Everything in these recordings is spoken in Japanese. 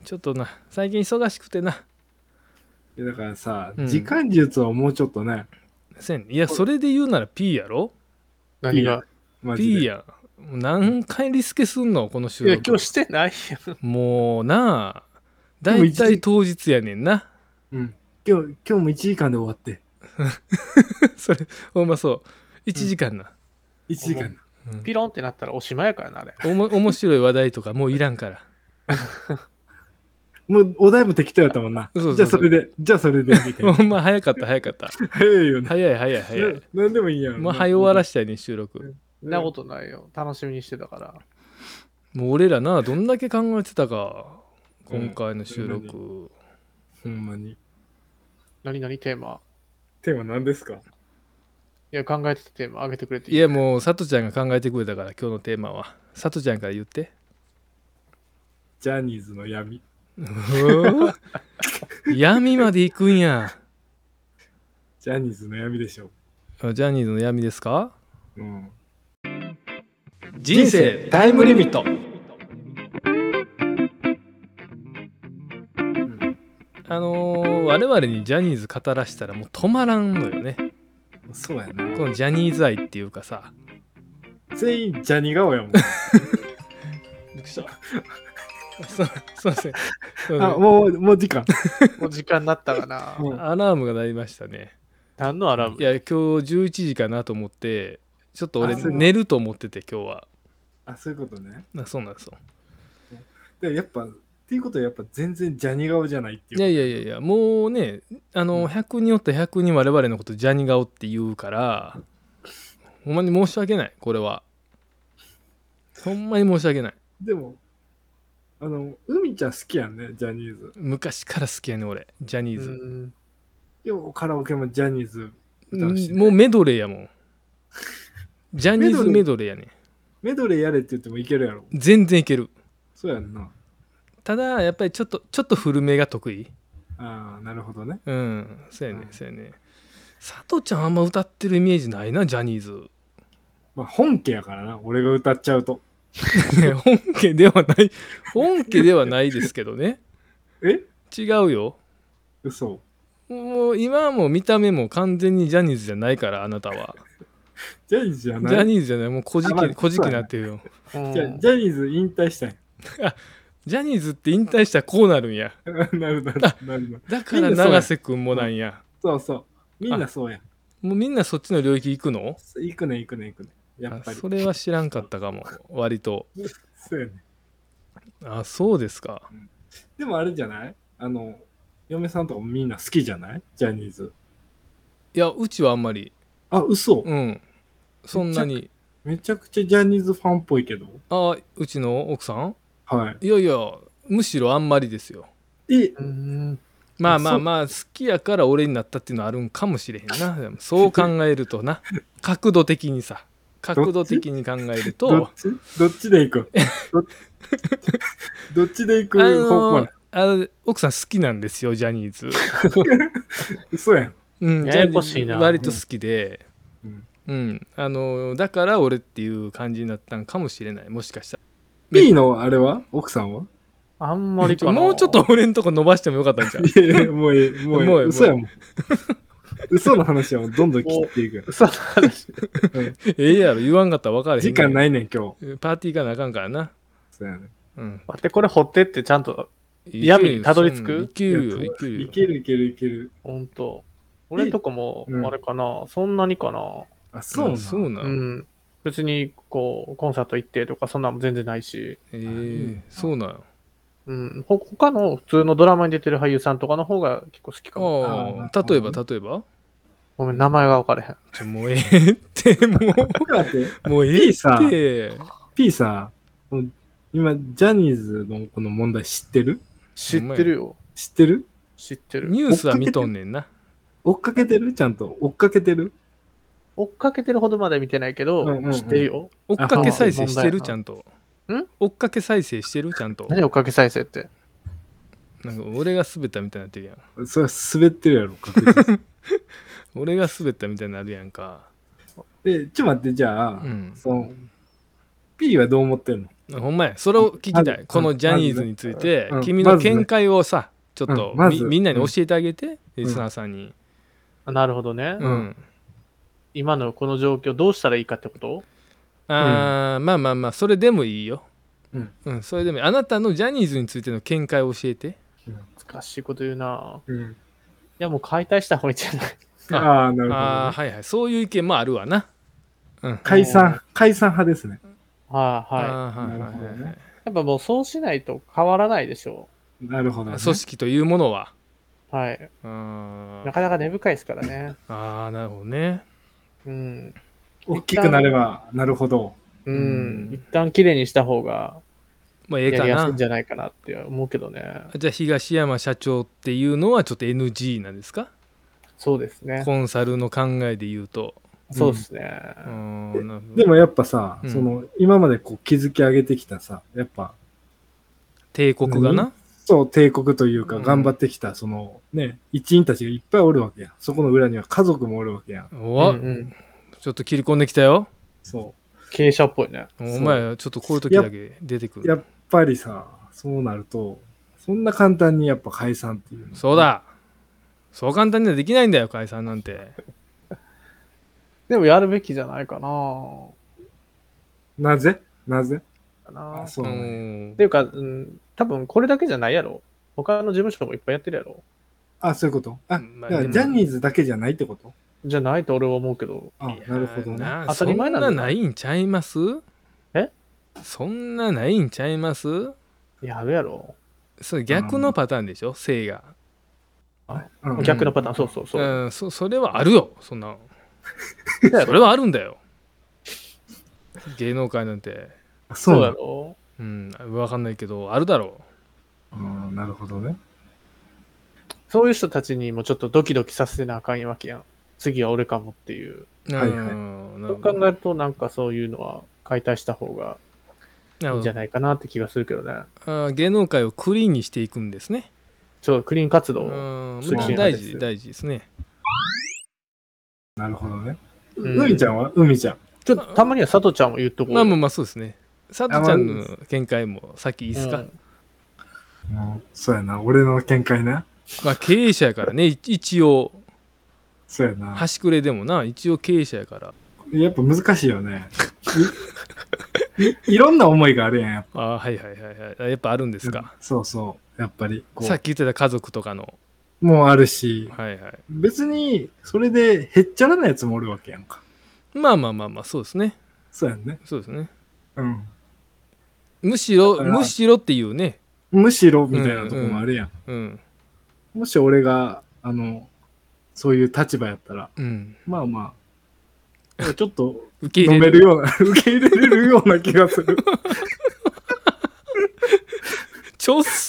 ちょっとな最近忙しくてな。 だからさ、 うん時間術はもうちょっとね。 いやそれで言うなら P やろ。 何がマジで P や。何回リスケすんのこの収いや、 録。 今日してないよ。 もうなあ、だいたい当日やねんな。 うん。今日も1時間で終わって。 それ、ほんまそう。1時間な。 1時間。 ピロンってなったらおしまいやからな、あれ。 面白い話題とかもういらんから。 もうお題も適当やったもんな。 そうじゃあそれで、みたいな。 ほんま早かった。 早いよね。 早い。 なんでもいいやん。 もう早終わらしたいね、収録。 そんなことないよ。楽しみにしてたから。 もう俺らな、どんだけ考えてたか。今回の収録。 ほんまに。 何テーマ？ テーマ何ですか？ いや、考えてたテーマあげてくれていい？ いやもう、さとちゃんが考えてくれたから、今日のテーマは。さとちゃんから言って。 ジャニーズの闇。 闇まで行くんや。 ジャニーズの闇でしょ。 ジャニーズの闇ですか？ うん。 人生タイムリミット。我々にジャニーズ語らしたらもう止まらんのよね。 そうやな。 このジャニーズ愛っていうかさ。 全員ジャニ顔やもん。 びっくりした。そうですね。 あ、もう時間。 もう時間になったかな。 アラームが鳴りましたね。 何のアラーム？ いや、今日11時かなと思って、ちょっと俺寝ると思ってて、今日は。 あ、そういうことね。 そうなんですよ。 でやっぱ、っていうことはやっぱ全然ジャニ顔じゃないっていう。 いや、もうね、100人おった100人我々のことジャニ顔って言うから、ほんまに申し訳ない、これは。ほんまに申し訳ない。 でも、海ちゃん好きやんね、ジャニーズ。 昔から好きやね、俺、ジャニーズ。 ようカラオケもジャニーズ歌うし、ね、もうメドレーやもん。ジャニーズメドレーやね。 メドレーやれって言ってもいけるやろ。 全然いける。 そうやんな。 ただ、やっぱりちょっと古めが得意。 ああ、なるほどね。 うん、そうやね、そうやね。佐藤ちゃんあんま歌ってるイメージないな、ジャニーズ。 まあ、本家やからな、俺が歌っちゃうと。 本家ではないですけどね。違うよ。 嘘。 もう今はもう見た目も完全にジャニーズじゃないから、あなたは。 ジャニーズじゃない。 ジャニーズじゃない、もう古事記になってるよ。 じゃあジャニーズ引退したんや。 ジャニーズって引退したらこうなるんや。 なる。 だから永瀬くんもなんや。 そう。みんなそうや。 もうみんなそっちの領域行くの？ 行くね。やっぱり。 それは知らんかったかも、割と。 そうやね。 あ、そうですか。 でもあれじゃない？嫁さんとかもみんな好きじゃない？ジャニーズ。 いや、うちはあんまり。 あ、嘘。 うん。そんなに。 めちゃくちゃジャニーズファンっぽいけど。 あ、うちの奥さん？ はい。 いや、むしろあんまりですよ。まあ好きやから俺になったっていうのはあるんかもしれへんな。でもそう考えるとな、角度的に考えると。 どっちで行くどっちで行く方向な奥さん好きなんですよ、ジャニーズ。 そうやん。 うん、 ややこしいな。 割と好きで。だから俺っていう感じになったんかもしれない、もしかしたら。 P のあれは奥さんはあんまりかな。 もうちょっと俺んとこ伸ばしてもよかったんちゃう？ いやもう嘘やもん。嘘の話はどんどん切っていく。 嘘の話。 やろ、言わんかったら分かれへん。 時間ないねん、今日。パーティー行かなあかんからな。 そうやね。 待って、これ掘ってってちゃんと闇にたどり着く？ いける。 ほんと。俺んとこも、あれかな、そんなにかな。 あ、そうな。 別にこうコンサート行ってとかそんなも全然ないし。 そうなん。 他の普通のドラマに出てる俳優さんとかの方が結構好きかも。 例えばごめん、名前が分かれへん。 もうってもう P さ、今ジャニーズのこの問題知ってる？ 知ってるよ。 知ってる？ ニュースは見とんねんな。 追っかけてる？ちゃんと追っかけてる？ 追っかけてるほどまで見てないけど、知ってるよ。 追っかけ再生してる？ちゃんと。追っかけ再生してる？ちゃんと。 何追っかけ再生って？ なんか俺が滑ったみたいになってるやん。 それは滑ってるやろ、確実に。 俺が滑ったみたいになるやんか。 で、ちょっと待って、じゃあ、P はどう思ってんの？ ほんまや、それを聞きたい。このジャニーズについて、君の見解をさ、ちょっとみんなに教えてあげて、リスナーさんに。 なるほどね。今のこの状況どうしたらいいかってこと？ まあ、それでもいいよ。それでもいい。あなたのジャニーズについての見解を教えて。 難しいこと言うな。いや、もう解体した方がいいんじゃない？ なるほど。 はいはい。そういう意見もあるわな。 解散派ですね。 やっぱもうそうしないと変わらないでしょう。なるほど。 組織というものは。 はい。なかなか根深いですからね。 なるほどね。 大きくなればなるほど。 一旦きれいにした方がやりやすいんじゃないかなって思うけどね。 じゃあ東山社長っていうのはちょっと NG なんですか？ そうですね。 コンサルの考えで言うと。 そうですね。 でもやっぱさ、その今までこう築き上げてきたさ、やっぱ帝国がな。 そう帝国というか頑張ってきたそのね一員たちがいっぱいおるわけや。そこの裏には家族もおるわけや。 ちょっと切り込んできたよ。 そう。 経営者っぽいね。 お前ちょっとこういう時だけ出てくる。 やっぱりさ、そうなるとそんな簡単にやっぱ解散っていう。 そうだ。そう簡単にはできないんだよ解散なんて。 でもやるべきじゃないかな。 なぜかな。 そうっていうか、多分これだけじゃないやろ。他の事務所もいっぱいやってるやろ。 そういうこと。だからジャニーズだけじゃないってこと？ じゃないと俺は思うけど。 なるほどね。 当たり前なんだ。 そんなないんちゃいます？そんなないんちゃいます？ やるやろ。 それ逆のパターンでしょ、せいが。 逆のパターン、そう。 それはあるよ、そんな。それはあるんだよ。芸能界なんて。 そうやろ。 わかんないけど、あるだろう。なるほどね。 そういう人たちにもちょっとドキドキさせなあかんわけやん。次は俺かもっていう。そう考えると、なんかそういうのは解体した方がいいんじゃないかなって気がするけどね。 芸能界をクリーンにしていくんですね。 そう、クリーン活動大事ですね。 なるほどね。海ちゃんはちょっとたまには佐藤ちゃんも言っとこう。 まあそうですね。佐藤ちゃんの見解もさっきいいですか？ そうやな、俺の見解ね。 経営者やからね、一応。 そうやな。 端くれでもな、一応経営者やから。 やっぱ難しいよね。いろんな思いがあるやん、やっぱ。 はい。やっぱあるんですか。 そうそう。やっぱり。 さっき言ってた家族とかの。 もうあるし。別に、それでへっちゃらなやつもおるわけやんか。 まあ、そうですね。 そうやんね。 そうですね。むしろっていうね。 むしろみたいなとこもあるやん。もし俺が、そういう立場やったら、まあ、ちょっと飲めるような、受け入れれるような気がする。 ちょっす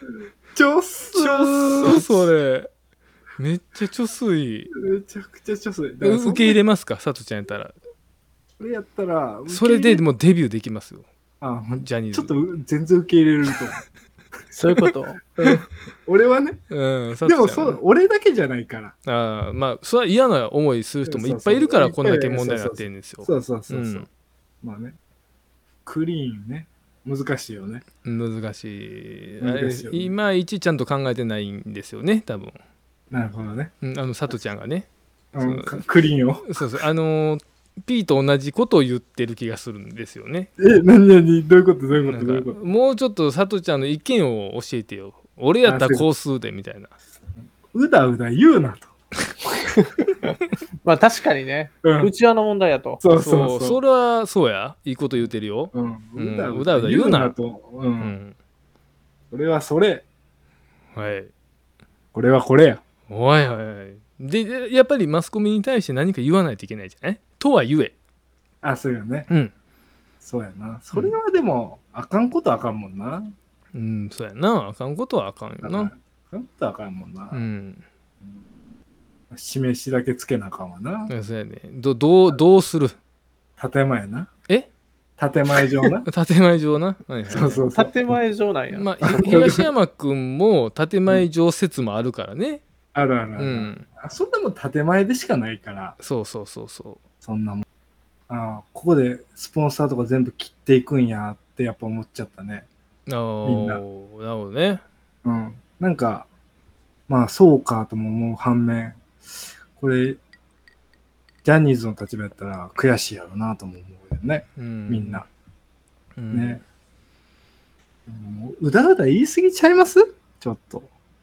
それ。めっちゃちょすい。 めちゃくちゃちょすい。 受け入れますか、佐藤ちゃんやったら。 俺やったら、 それでもうデビューできますよ。 ジャニーズ。ちょっと全然受け入れれると思う。 そういうこと俺はね。でも俺だけじゃないから。 まあ、それは嫌な思いする人もいっぱいいるから、こんだけ問題になってるんですよ。 そう。まあね。クリーンね。難しいよね。 難しい。いまいちちゃんと考えてないんですよね、多分。 なるほどね。 佐藤ちゃんがね。 クリーンを。 そう。P と同じことを言ってる気がするんですよね。 何どういうこともうちょっと佐藤ちゃんの意見を教えてよ。俺やったらこうするでみたいな。 うだうだ言うなと。 まあ確かにね。うちわの問題やと。 そう。それはそうや。いいこと言うてるよ。うだうだ言うなと。 それはそれ。 はい。 これはこれや。 おい。で、やっぱりマスコミに対して何か言わないといけないじゃないとは言え。 そうよね。そうやな。それはでも、あかんことはあかんもんな。 そうやな。あかんことはあかんよな。 あかんことはあかんもんな。示しだけつけなあかんわな。 そうやね。どうする？ 建前な。 建前上な。 建前上な。 そう。建前上なんや。 まあ、東山くんも建前上説もあるからね。 ある。そんなもん建前でしかないから。 そう。 そんなもん。ここでスポンサーとか全部切っていくんやっってやっぱ思っちゃったね。 みんな。なるほどね。 うん。なんか、まあそうかとも思う反面、これ、ジャニーズの立場やったら悔しいやろなとも思うよね。みんな。ね。うだうだ言い過ぎちゃいますちょっと。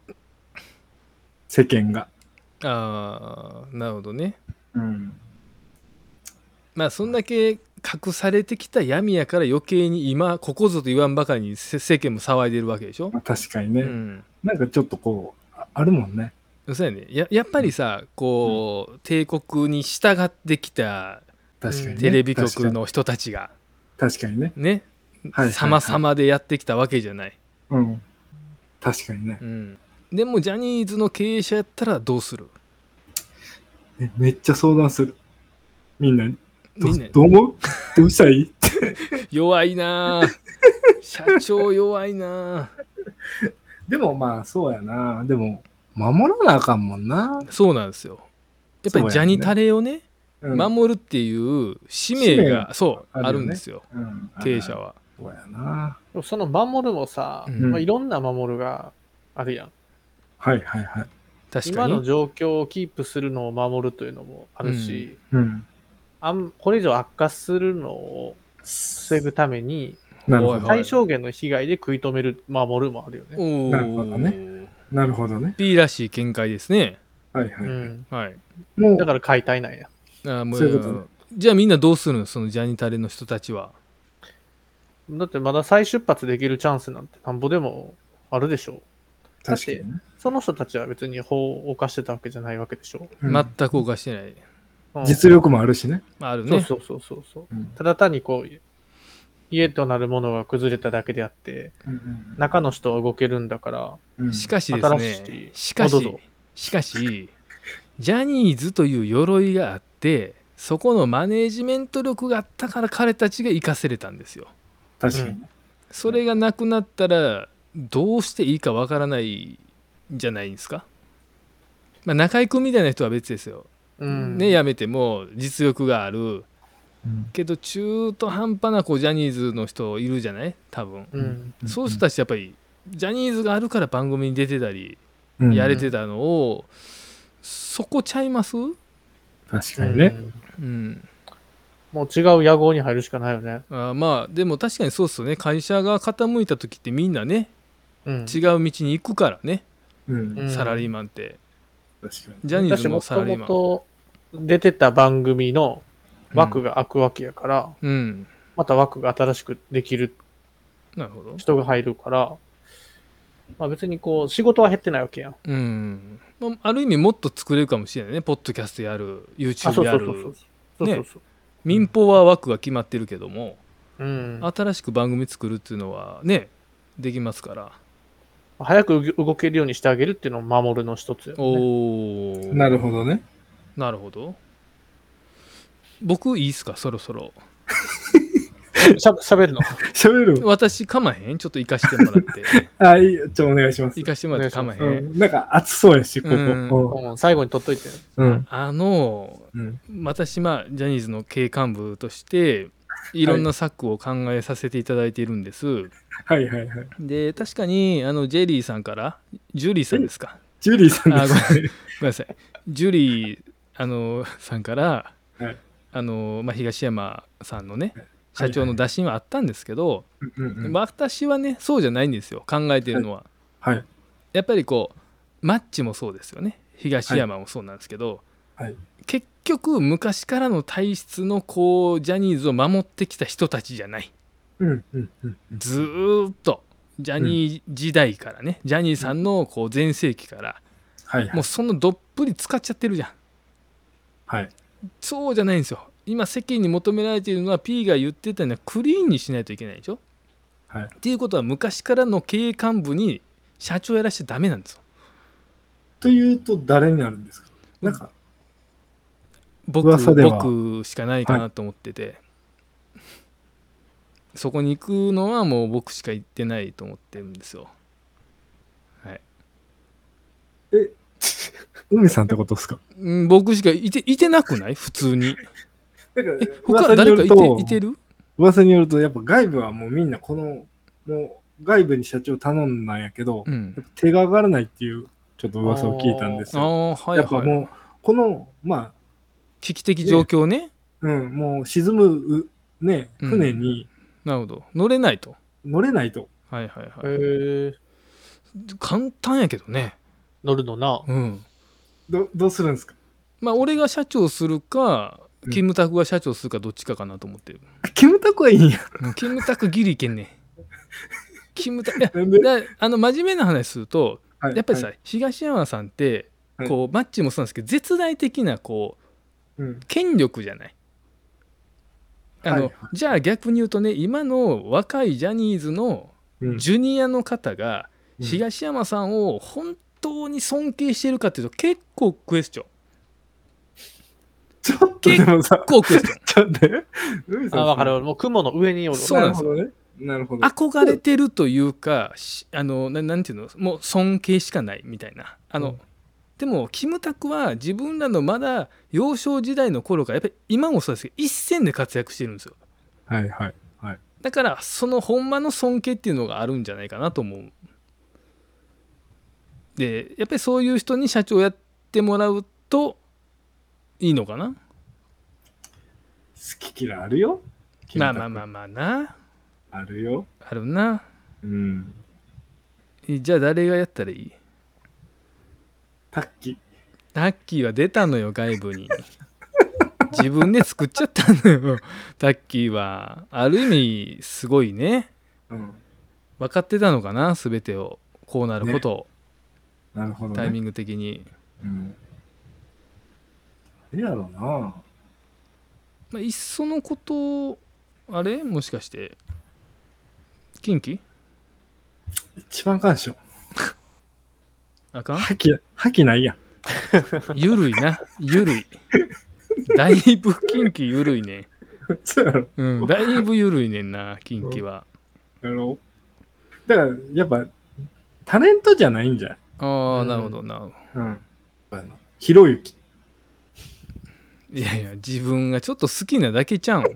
世間が。 ああ、なるほどね。 うん。 まあそんだけ隠されてきた闇やから余計に今ここぞと言わんばかりに世間も騒いでるわけでしょ。 まあ、確かにね、なんかちょっとこうあるもんね。 そうやね。やっぱりさ、こう、帝国に従ってきたテレビ局の人たちが確かにねね、様々でやってきたわけじゃない。 うん、確かにね。 でもジャニーズの経営者やったらどうする？ めっちゃ相談する。みんなに。どう思う？どうしたらいい？ 弱いな社長弱いなでもまあそうやな。でも守らなあかんもんな。 そうなんですよ。やっぱりジャニタレをね、守るっていう使命がそうあるんですよ、経営者は。 そうやな。 その守るもさ、まあ、いろんな守るがあるやん。 はいはいはい。 確かに今の状況をキープするのを守るというのもあるし、これ以上悪化するのを防ぐために最小限の被害で食い止める守るもあるよね。 なるほどね。なるほどね。 P らしい見解ですね。 はいはいはい。 もうだから解体なんや。 もうそういうことね。じゃあみんなどうするのそのジャニタレの人たちは。 だってまだ再出発できるチャンスなんてなんぼでもあるでしょう。 確かに、ね、 その人たちは別に法を犯してたわけじゃないわけでしょう。全く犯してない。 実力もあるしね。 あるね。 そう。ただ単にこう家となるものが崩れただけであって、中の人は動けるんだから。 しかしですね。しかしジャニーズという鎧があって、そこのマネージメント力があったから彼たちが生かせれたんですよ。 確かに。 それがなくなったらどうしていいかわからないんじゃないですか。まあ、中居君みたいな人は別ですよ。ね、やめても実力がある、けど中途半端なジャニーズの人いるじゃない多分、そういう人たちやっぱりジャニーズがあるから番組に出てたり、やれてたのをそこちゃいます？ 確かにね、 もう違う屋号に入るしかないよね。 まあでも確かにそうっすよね。会社が傾いた時ってみんなね、違う道に行くからね、サラリーマンって。 確かにジャニーズもサラリーマン。 もともと出てた番組の枠が空くわけやから、また枠が新しくできる人が入るから、まあ、別にこう仕事は減ってないわけやん。 ある意味もっと作れるかもしれないね。ポッドキャストやる、YouTube やる。民放は枠が決まってるけども、新しく番組作るっていうのはねできますから。 早く動けるようにしてあげるっていうのを守るの一つよね。なるほどね。 なるほど。僕いいっすか、そろそろ。 喋るの？ 喋る。 私かまへん。ちょっと行かしてもらって。 いい。お願いします。 行かしてもらってかまへん。 なんか熱そうやし、ここ。最後に取っといて。 私ジャニーズの経営幹部としていろんな策を考えさせていただいているんです。 はいはいはい。 で確かにジェリーさんからジュリーさんですか。 ジュリーさんです。 ごめんなさい。ジュリーさんから、東山さんのね社長の打診はあったんですけど、私はねそうじゃないんですよ。考えてるのは、やっぱりマッチもそうですよね。東山もそうなんですけど、結局昔からの体質のジャニーズを守ってきた人たちじゃない。ずーっとジャニー時代からね、ジャニーさんの全盛期から、もうそのどっぷり使っちゃってるじゃん。そうじゃないんですよ。今世間に求められているのは P が言ってたようなクリーンにしないといけないでしょ。っていうことは昔からの経営幹部に社長やらしちゃダメなんですよ。 というと誰になるんですか。なんか僕しかないかなと思ってて、そこに行くのはもう僕しか行ってないと思ってるんですよ。 海さんってことですか。 僕しかいてなくない普通に。他誰かいてる？ 噂によると、やっぱ外部はもうみんなもう外部に社長頼んだんやけど、手が上がらないっていうちょっと噂を聞いたんですよ。やっぱもう、まあ、 危機的状況ね。 もう沈むね、船に、 なるほど。乗れないと。 はいはいはい。簡単やけどね。 乗るのな。 どうするんですか？ まあ俺が社長するか、キムタクが社長するかどっちかかなと思ってる。 キムタクはいいんや。 キムタクギリいけんね。キムタク、真面目な話すると、やっぱりさ、東山さんってこうマッチもそうなんですけど、絶大的なこう権力じゃない。じゃあ逆に言うとね、今の若いジャニーズのジュニアの方が東山さんを本当に尊敬してるかっていうと結構クエスチョン。 ちょっとでもさ、 結構クエスチョン。 ちょっとね。 分かる。もう雲の上におる。 そうなんですよね。 なるほど。 憧れてるというか、なんていうの、もう尊敬しかないみたいな。でもキムタクは自分らのまだ幼少時代の頃からやっぱり今もそうですけど一線で活躍してるんですよ。 はいはいはい。 だからそのほんまの尊敬っていうのがあるんじゃないかなと思う。でやっぱりそういう人に社長やってもらうといいのかな。 好き嫌いあるよ。 まあな。 あるよ。 あるな。じゃあ誰がやったらいい？ タッキーは出たのよ、外部に。自分で作っちゃったのよ、タッキーは。ある意味すごいね。分かってたのかな、全てを。こうなることを、 なるほどね、 タイミング的に。 いいやろうな。 まあ、いっそのことあれもしかして近畿一番感謝あかん？ 覇気ないやん。 ゆるいな、ゆるい。だいぶ近畿ゆるいね。 そうやろ。 だいぶゆるいねんな、近畿は。 だからやっぱタレントじゃないんじゃん。 ああ、なるほどな。 ひろゆき。 いやいや、自分がちょっと好きなだけちゃうん。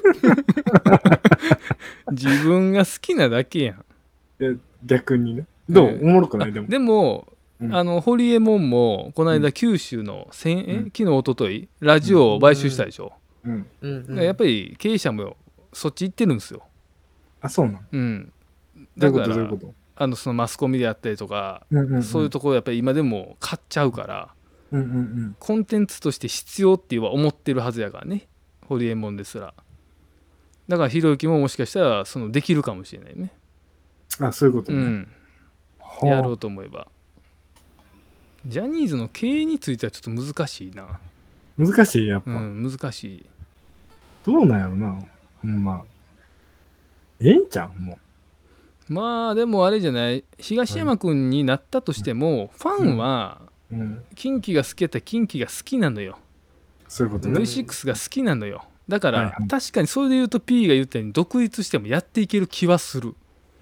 自分が好きなだけやん。 逆にね。どう？おもろくない？ でもホリエモンもこの間九州の昨日一昨日ラジオを買収したでしょ。やっぱり経営者もそっち行ってるんですよ。 あ、そうなの？だからそのマスコミであったりとか、そういうところやっぱり今でも買っちゃうから、コンテンツとして必要っては思ってるはずやからね、ホリエモンですら。だからひろゆきももしかしたらできるかもしれないね。 あ、そういうことね。 やろうと思えば。ジャニーズの経営についてはちょっと難しいな。 難しい、やっぱ。 難しい。 どうなんやろな。ええんちゃう？もう。まあでもあれじゃない、東山君になったとしても、ファンはキンキが好きやったらキンキが好きなのよ。 そういうことね。 V6 が好きなのよ。だから、確かにそれで言うと P が言ったように独立してもやっていける気はする。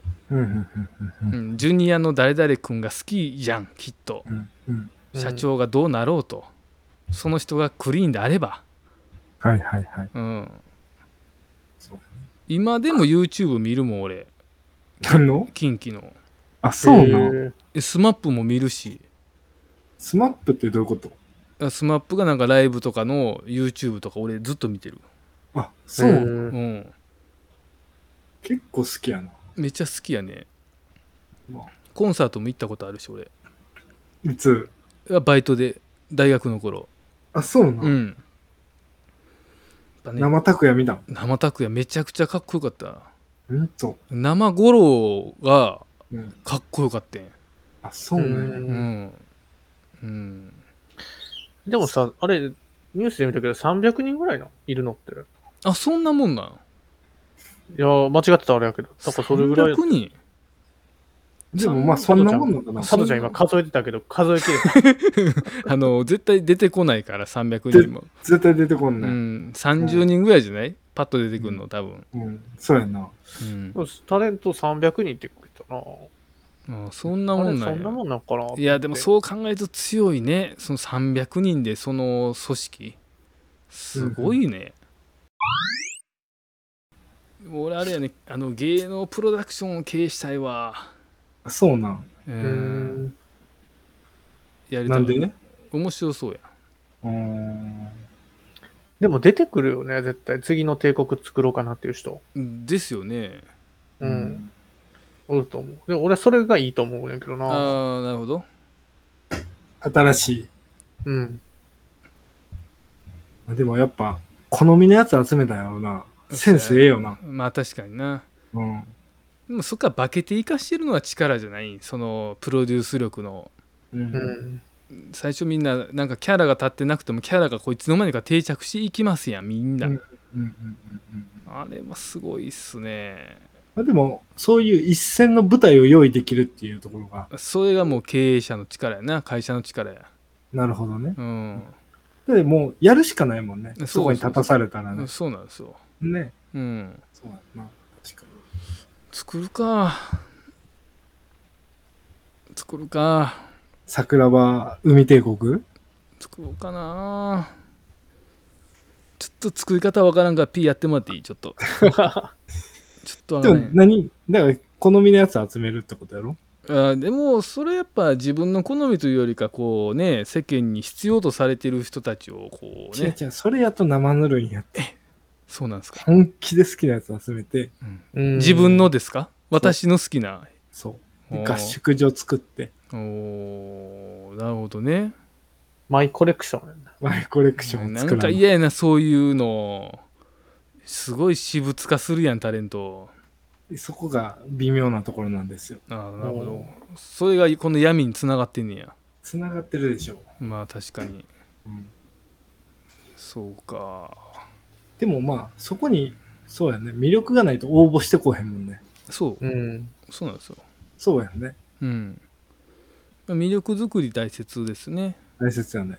ジュニアの誰々君が好きじゃん、きっと。社長がどうなろうと、その人がクリーンであれば。今でも YouTube 見るもん俺。キンキの。 あ、そうなの？ スマップも見るし。 スマップってどういうこと？ スマップがなんかライブとかの YouTube とか俺ずっと見てる。 あ、そうなの？結構好きやな。 めっちゃ好きやね。コンサートも行ったことあるし俺。 いつ？ バイトで大学の頃。 あ、そうなの？生拓也見た？ 生拓也めちゃくちゃかっこよかった。 生五郎がかっこよかったん。 あ、そうね。 でもさ、あれニュースで見たけど300人ぐらいいるのって。 あ、そんなもんなん？ いや間違ってたあれやけど、だからそれぐらい。 300人？ でもまあそんなもんなのかな。 佐藤ちゃん今数えてたけど数えきれた。絶対出てこないから300人も。 絶対出てこんない。 30人ぐらいじゃない？パッと出てくるの多分。 そうやな。 タレント300人って言ってたな。そんなもんなんや。 そんなもんなんかな。 いやでもそう考えると強いね。その300人でその組織すごいね。 俺あれやね、芸能プロダクションを経営したいわ。 そうなん。 やりたい。なんでね。面白そうや。 でも出てくるよね、絶対。次の帝国作ろうかなっていう人。 ですよね。 おると思う。でも俺それがいいと思うんやけどな。 ああ、なるほど。 新しい。でもやっぱ、好みのやつ集めたんやろうな。センスええよな。 まあ確かにな。でもそっから化けて生かしてるのは力じゃない。そのプロデュース力の。最初みんななんかキャラが立ってなくてもキャラがこいつの間にか定着していきますやん、みんな。あれはすごいっすね。 でもそういう一線の舞台を用意できるっていうところが、 それがもう経営者の力やな、会社の力や。 なるほどね。でもうやるしかないもんね。そこに立たされたらね。 そうなんですよね。そうやな。確かに。 作るか。 桜庭海帝国作ろうかな。ちょっと作り方わからんから P やってもらっていい？ちょっとちょっとでも何だから好みのやつ集めるってことやろ。 でもそれやっぱ自分の好みというよりかこうね、世間に必要とされてる人たちをこうね。 違うそれやと生ぬるいんやって。 そうなんですか。 本気で好きなやつ集めて、 自分のですか？私の好きな。 そう合宿所作って。 なるほどね。 マイコレクションやな。マイコレクション作る。なんか嫌やな、そういうの。すごい私物化するやん、タレント。 そこが微妙なところなんですよ。 なるほど。それがこの闇につながってんねや。 つながってるでしょう。まあ確かに。そうか。 でもまあそこにそうやね、魅力がないと応募してこへんもんね。 そう。そうなんですよ。 そうやね。 魅力作り大切ですね。 大切やね。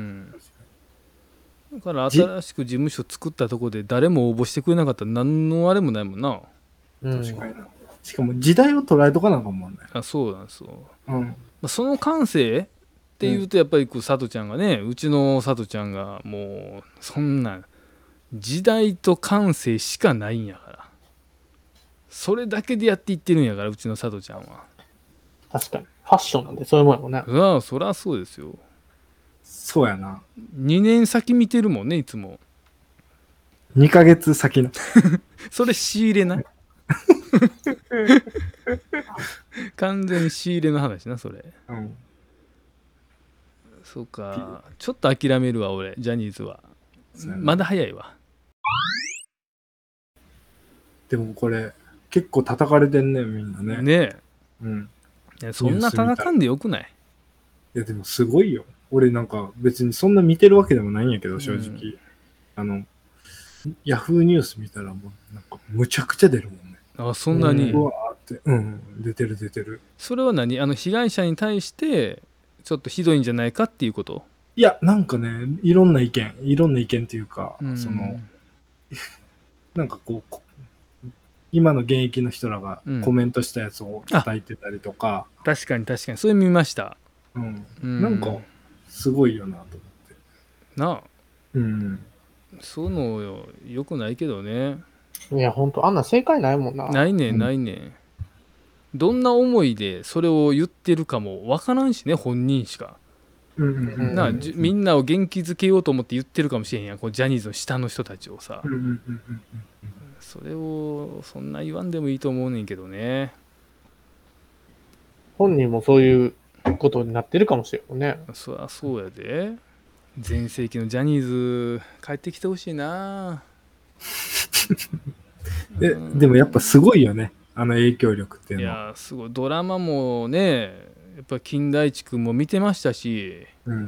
だから新しく事務所作ったところで誰も応募してくれなかったら何のあれもないもんな。 確かにな。しかも時代を捉えとかなあかんもんね。 そうなんですよ。その感性っていうとやっぱり佐藤ちゃんがね、うちの佐藤ちゃんがもうそんな時代と感性しかないんやから、それだけでやっていってるんやから、うちの佐藤ちゃんは。 確かにファッションなんでそういうもんやもんね。 そりゃそうですよ。 そうやな。 2年先見てるもんね、いつも。 2ヶ月先の。 それ仕入れな。完全に仕入れの話な、それ。そうか。ちょっと諦めるわ、俺、ジャニーズは。まだ早いわ。 でもこれ、結構叩かれてんね、みんなね。 ねえ。いや、そんな叩かんでよくない？ いや、でもすごいよ。俺なんか別にそんな見てるわけでもないんやけど、正直。ヤフーニュース見たらもうなんかむちゃくちゃ出るもんね。 そんなに。 うわーって。出てる。 それは何？被害者に対してちょっとひどいんじゃないかっていうこと？ いや、なんかね、いろんな意見っていうか、なんかこう、今の現役の人らがコメントしたやつを叩いてたりとか。 確かにそれ見ました。 なんかすごいよなと思って。 なあ。そういうのよくないけどね。 いやほんとあんな正解ないもんな。 ないねん。どんな思いでそれを言ってるかも分からんしね、本人しか。みんなを元気づけようと思って言ってるかもしれへんやん、こうジャニーズの下の人たちをさ。それをそんな言わんでもいいと思うねんけどね。 本人もそういうことになってるかもしれんね。 そりゃそうやで。全盛期のジャニーズ帰ってきてほしいな。 でもやっぱすごいよね、あの影響力っていうのは。 いやすごい。ドラマもね、やっぱ金田一君も見てましたし、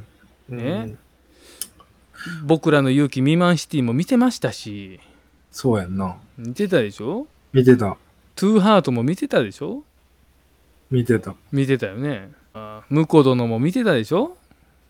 僕らの勇気未満シティも見てましたし。 そうやんな。 見てたでしょ。 見てた。 トゥーハートも見てたでしょ。 見てたよね。婿殿も見てたでしょ。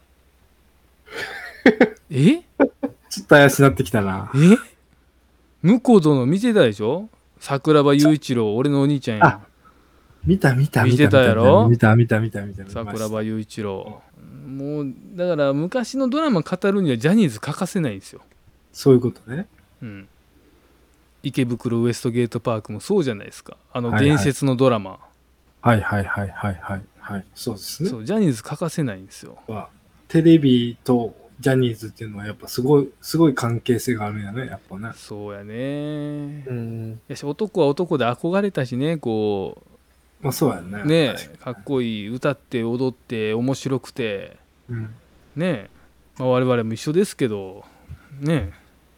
ちょっと怪しなってきたな。 婿殿見てたでしょ。桜庭雄一郎、俺のお兄ちゃんや。 見てたやろ。 見た。 桜庭雄一郎。もうだから昔のドラマ語るにはジャニーズ欠かせないんですよ。 そういうことね。 池袋ウエストゲートパークもそうじゃないですか。伝説のドラマ。 はいはいはいはいはいはい。そうですね。 そう、ジャニーズ欠かせないんですよ。 テレビとジャニーズっていうのはやっぱすごい関係性があるんやね、やっぱね。 そうやね。やし、男は男で憧れたしね、こう。まあそうやね。 ね、かっこいい、歌って踊って面白くて、ね、まあ、我々も一緒ですけど、ね。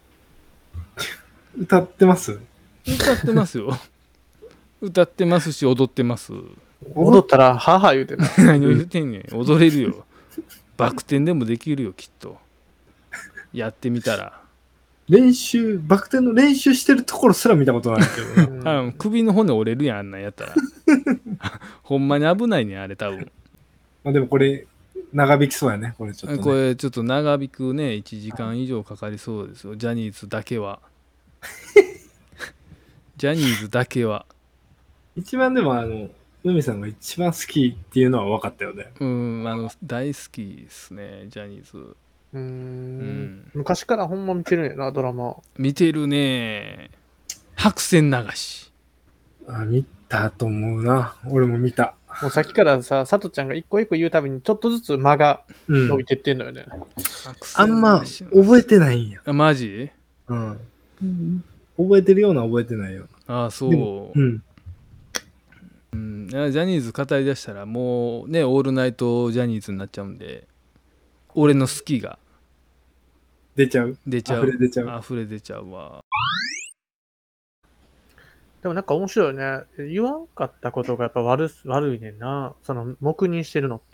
歌ってます？ 歌ってますよ。歌ってますし、踊ってます。 踊ったら、母言うてんの。 何を言うてんねん。踊れるよ。バク転でもできるよ、きっと。やってみたら。 バク転の練習してるところすら見たことないけど首の骨折れるやん、あんなんやったら。ほんまに危ないねん、あれ多分。 まあでもこれ、長引きそうやね、これちょっと、ね。 これちょっと長引くね、1時間以上かかりそうですよ、ジャニーズだけは。ジャニーズだけは。 一番でも海さんが一番好きっていうのは分かったよね。 大好きですね、ジャニーズ。 昔からほんま見てるんやな、ドラマ。 見てるね。白線流し。 見たと思うな。俺も見た。 もうさっきからさ、さとちゃんが一個一個言うたびにちょっとずつ間が伸びてってんのよね。 あんま覚えてないんや。 マジ？ 覚えてるような覚えてないような。そう。ジャニーズ語りだしたらもうね、オールナイトジャニーズになっちゃうんで、俺の好きが出ちゃう。 溢れ出ちゃうわ。 でもなんか面白いね。言わんかったことがやっぱ悪いねんな。その黙認してるのって。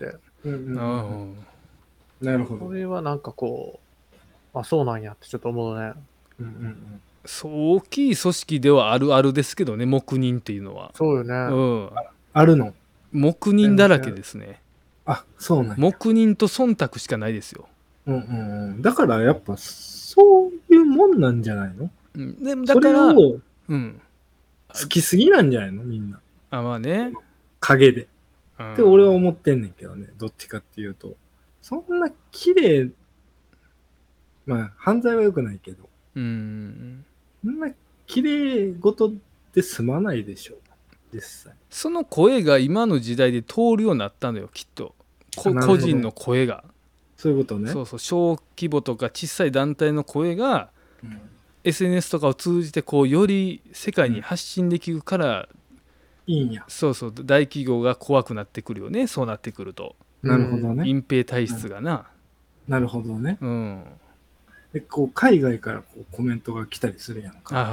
なるほど。 それはなんかこう、そうなんやってちょっと思うね。 そう大きい組織ではあるあるですけどね、黙認っていうのは。 そうよね。 あるの。 黙認だらけですね。 そうなんや。 黙認と忖度しかないですよ。 だからやっぱそういうもんなんじゃないの？ でもだから好きすぎなんじゃないのみんな。 まあね。 影で。って俺は思ってんねんけどね。どっちかっていうと。そんな綺麗、まあ犯罪は良くないけど。そんな綺麗事で済まないでしょ。実際。 その声が今の時代で通るようになったのよ、きっと。個人の声が。 そういうことね。 そう、小規模とか小さい団体の声が、SNS とかを通じてこうより世界に発信できるから、 いいんや。 そう大企業が怖くなってくるよね、そうなってくると。 なるほどね。 隠蔽体質がな。 なるほどね。でこう海外からこうコメントが来たりするやんか。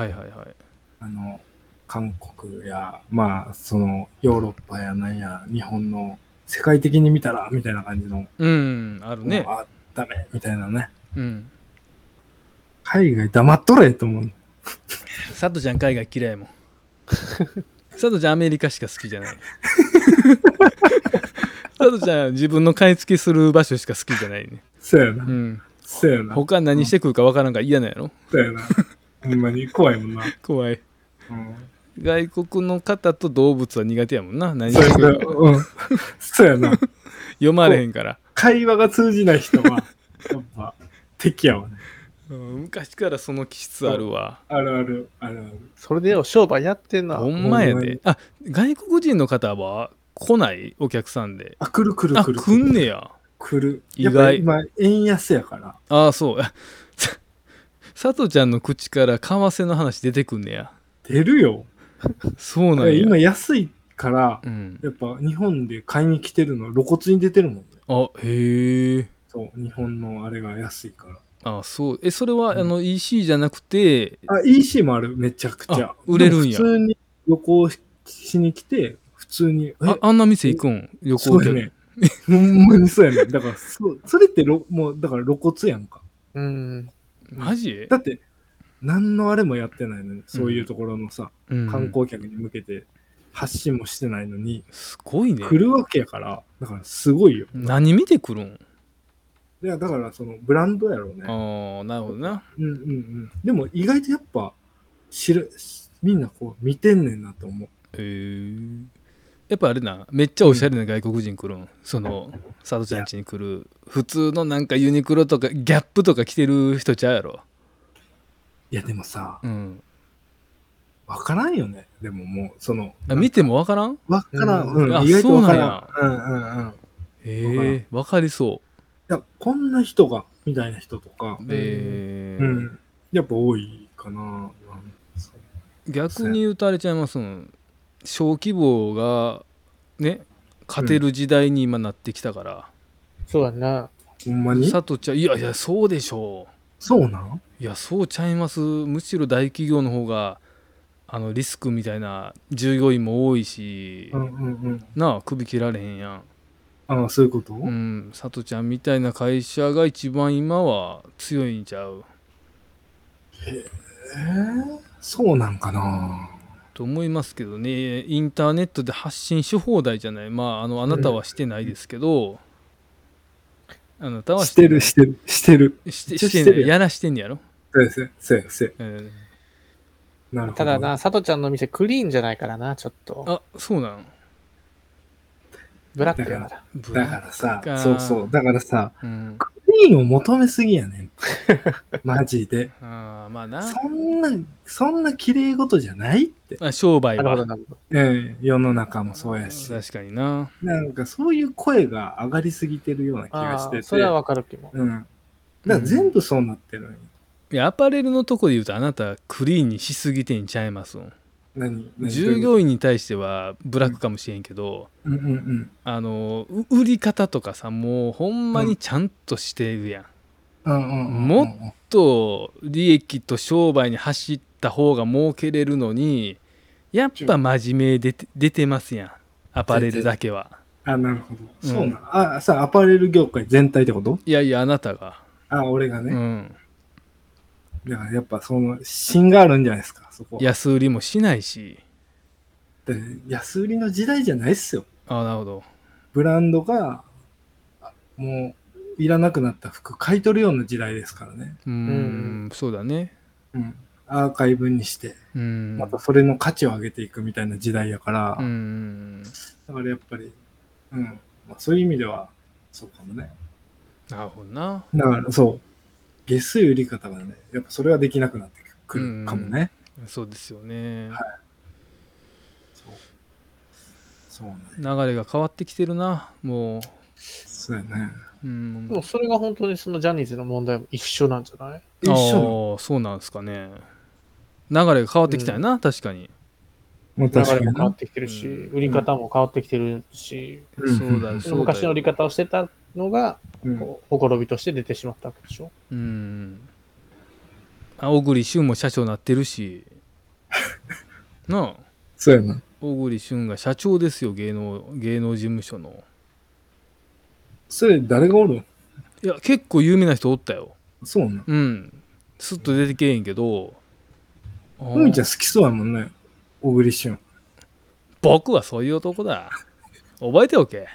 韓国やまあそのヨーロッパやなんや日本の世界的に見たらみたいな感じの、 あるね。 ダメみたいなね。海外黙っとれと思う。 佐藤ちゃん海外嫌いもん。佐藤ちゃんアメリカしか好きじゃない。佐藤ちゃん自分の買い付けする場所しか好きじゃないね。 そうやな。そうやな。 他何してくるか分からんから嫌なんやろ。 そうやな。ほんまに怖いもんな。 怖い。外国の方と動物は苦手やもんな。何してくるか。 そうやな。 読まれへんから。 会話が通じない人はやっぱ敵やわね。 昔からその気質あるわ。 ある。 それで商売やってんな。 ほんまやで。外国人の方は来ないお客さんで。 来る。 来んねや。 来る。 意外。 今円安やから。 そう。佐藤ちゃんの口から為替の話出てくんねや。 出るよ。 そうなんや。 今安いから、やっぱ日本で買いに来てるの露骨に出てるもんね。 へえ。 そう、日本のあれが安いから。 そう。それは、EC じゃなくて。 EC もある、めちゃくちゃ。 売れるんや。 普通に旅行しに来て、普通に。 あんな店行くん？旅行客。 ね。ほんまにそうやね。だから、それってもう、だから露骨やんか。 マジ？ だって、何のあれもやってないのに、そういうところのさ、観光客に向けて発信もしてないのに、 すごいね。 来るわけやから、だからすごいよ。 何見てくるん？ いや、だからそのブランドやろうね。 なるほどな。 でも意外とやっぱみんなこう見てんねんなと思う。 やっぱあれな、めっちゃおしゃれな外国人来るん。その佐藤ちゃん家に来る普通のなんかユニクロとかギャップとか着てる人ちゃうやろ。 いやでもさ、 わからんよね。でももう、見てもわからん？ わからん。 うん、 意外とわからん。わかりそう。 いや、こんな人が、みたいな人とか、やっぱ多いかな。 逆に言うとあれちゃいますん。小規模が、ね、勝てる時代に今なってきたから。 そうだな。 ほんまに？ 佐藤ちゃん、いや、そうでしょう。 そうなん？ いや、そうちゃいます。むしろ大企業の方が、リスクみたいな従業員も多いし、なあ、首切られへんやん。 ああ、そういうこと？ 佐藤ちゃんみたいな会社が一番今は強いんちゃう？ そうなんかなと思いますけどね。インターネットで発信し放題じゃない。まあ、あなたはしてないですけど、あなたはしてる。してる。やらしてんやろ？ そうや。 なるほど。ただな、佐藤ちゃんの店クリーンじゃないからな、ちょっと。 あ、そうなの？ ブラックやから。 だからさ、そう。だからさ、クリーンを求めすぎやねん。マジで。 まあな。 そんな綺麗事じゃないって。 商売は。 世の中もそうやし。 確かにな。 なんかそういう声が上がりすぎてるような気がしてて。 それはわかる気も。 だから全部そうなってるのに。 いや、アパレルのとこで言うとあなたクリーンにしすぎてんちゃいますん。従業員に対してはブラックかもしれんけど、売り方とかさ、もうほんまにちゃんとしてるやん。もっと利益と商売に走った方が儲けれるのに、やっぱ真面目出てますやん、アパレルだけは。 なるほど。そうな。さあ、アパレル業界全体ってこと？ いや、あなたが。 俺がね。だからやっぱ芯があるんじゃないですか、そこ。 安売りもしないし。 安売りの時代じゃないっすよ。 なるほど。 ブランドがもういらなくなった服買い取るような時代ですからね。 そうだね。 アーカイブにして、またそれの価値を上げていくみたいな時代やから、だからやっぱり、そういう意味ではそうかもね。 なるほどな。 だから下水売り方がね、やっぱそれはできなくなってくるかもね。 そうですよね。 はい。そうね。 流れが変わってきてるな、もう。 そうやね。 でもそれが本当にそのジャニーズの問題も一緒なんじゃない？ 一緒。 そうなんですかね。流れが変わってきたよな、確かに。 流れも変わってきてるし、売り方も変わってきてるし、昔の売り方をしてたのが、ほころびとして出てしまったわけでしょ。 小栗旬も社長になってるし、なあ。 そうやな。 小栗旬が社長ですよ、芸能事務所の。 それ誰がおるん？ いや、結構有名な人おったよ。 そうな。 スッと出てけえへんけど。 ふみちゃん好きそうやもんね、小栗旬。 僕はそういう男だ。覚えておけ。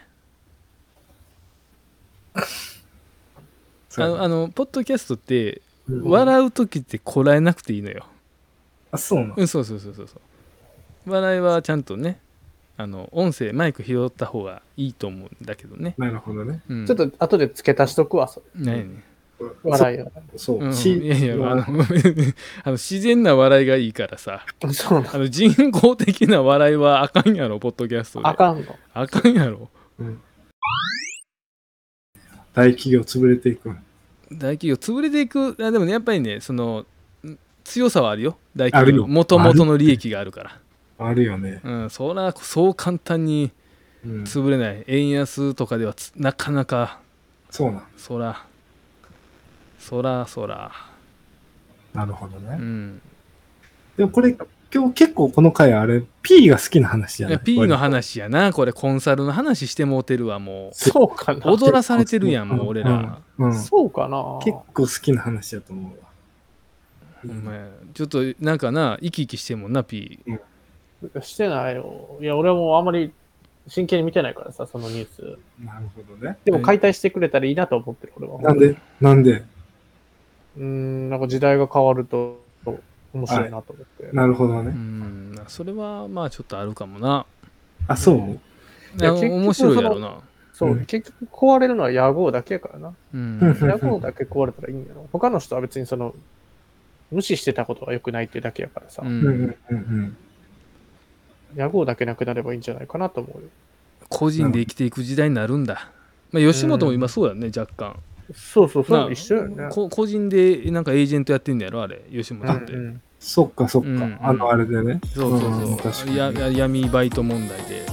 ポッドキャストって、笑う時ってこらえなくていいのよ。 そうなの？ そう。笑いはちゃんとね、音声マイク拾った方がいいと思うんだけどね。 なるほどね。 ちょっと後で付け足しとくわ、それ。 ないね。 笑いは。 そう。いや自然な笑いがいいからさ。人工的な笑いはあかんやろ、ポッドキャストで。 あかんの？ あかんやろ。 大企業潰れていく。 大企業潰れていく。でもね、やっぱりね、強さはあるよ。大企業。もともとの利益があるから。 あるよね。 そう簡単に潰れない。円安とかではなかなか。 そうなん。 そら。 なるほどね。でもこれ今日結構この回あれ P が好きな話じゃない？ P の話やな。これコンサルの話してもうてるわ、もう。 そうかな。 踊らされてるやん、もう俺ら。 そうかな。 結構好きな話やと思うわ。ちょっとなんかな、生き生きしてんもんな、P。 してないよ。いや、俺はもうあんまり真剣に見てないからさ、そのニュース。 なるほどね。 でも解体してくれたらいいなと思ってる、俺は。 なんでなんか時代が変わると面白いなと思って。 なるほどね。 それはまあちょっとあるかもな。 そう？ 面白いやろな。 そう、結局壊れるのは屋号だけやからな。屋号だけ壊れたらいいんやろ。他の人は別に無視してたことが良くないっていうだけやからさ。屋号だけなくなればいいんじゃないかなと思うよ。 個人で生きていく時代になるんだ。まあ、吉本も今そうだね、若干。 そうそうそう、一緒よね。 個人でなんかエージェントやってんだやろ、あれ、吉本って。 そっかそっか、あれでね。 そうそうそう。闇バイト問題で。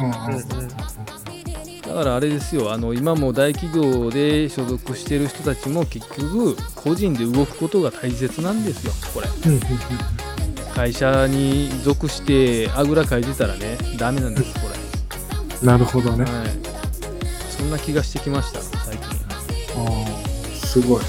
だからあれですよ、今も大企業で所属してる人たちも結局個人で動くことが大切なんですよ、これ。会社に属してあぐらかいてたらね、ダメなんです、これ。なるほどね。はい。 そんな気がしてきました、最近。 すごい。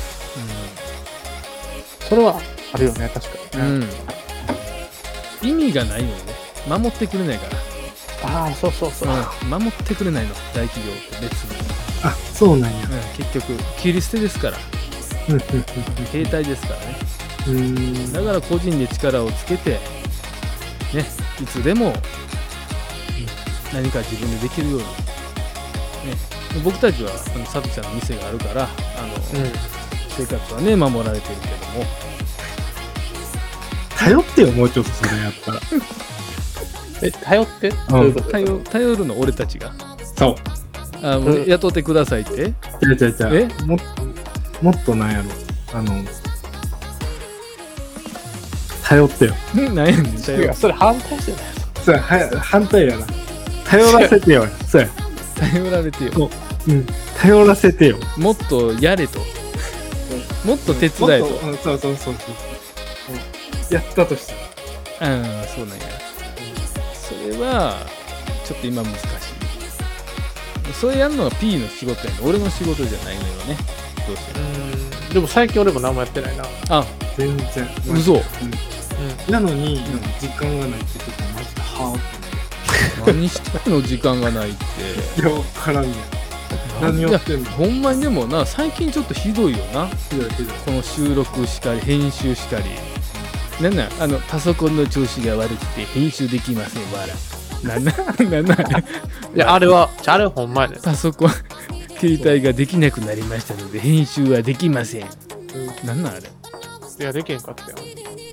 それはあるよね、確かに。 意味がないのよね、守ってくれないから。 そうそうそう、 守ってくれないの、大企業って別に。 そうなんや。 結局切り捨てですから。兵隊ですからね。だから個人で力をつけてね、いつでも何か自分でできるように、ね、僕たちはさとちゃんの店があるから生活はね守られてるけども、 頼ってよ、もうちょっとそれやったら。 頼って？どういうこと？ 頼るの、俺たちが。 そう。 雇ってくださいって？ 違う。もっとなんやろ。頼ってよ。 なんやねん、 それ反対じゃない。 それ反対やな。頼らせてよ。そうや。 頼られてよ。 頼らせてよ。 もっとやれと。もっと手伝えと。 そう。やったとしたら。 そうなんや。それはちょっと今難しい。それやるのが P の仕事やん。俺の仕事じゃないのよね。どうしても。 でも最近俺も何もやってないな。 全然。 嘘。 なのに時間がないって言ってマジでは何してんの時間がないって。 いや、分からんね。何やってんの。 ほんまにでもな、最近ちょっとひどいよな。 ひどい。 この収録しかり編集しかり。パソコンの調子が悪くて編集できませんわら。なんいや、あれはほんまやね。 パソコン携帯ができなくなりましたので編集はできません。なんあれ。 いや、できへんかったよ。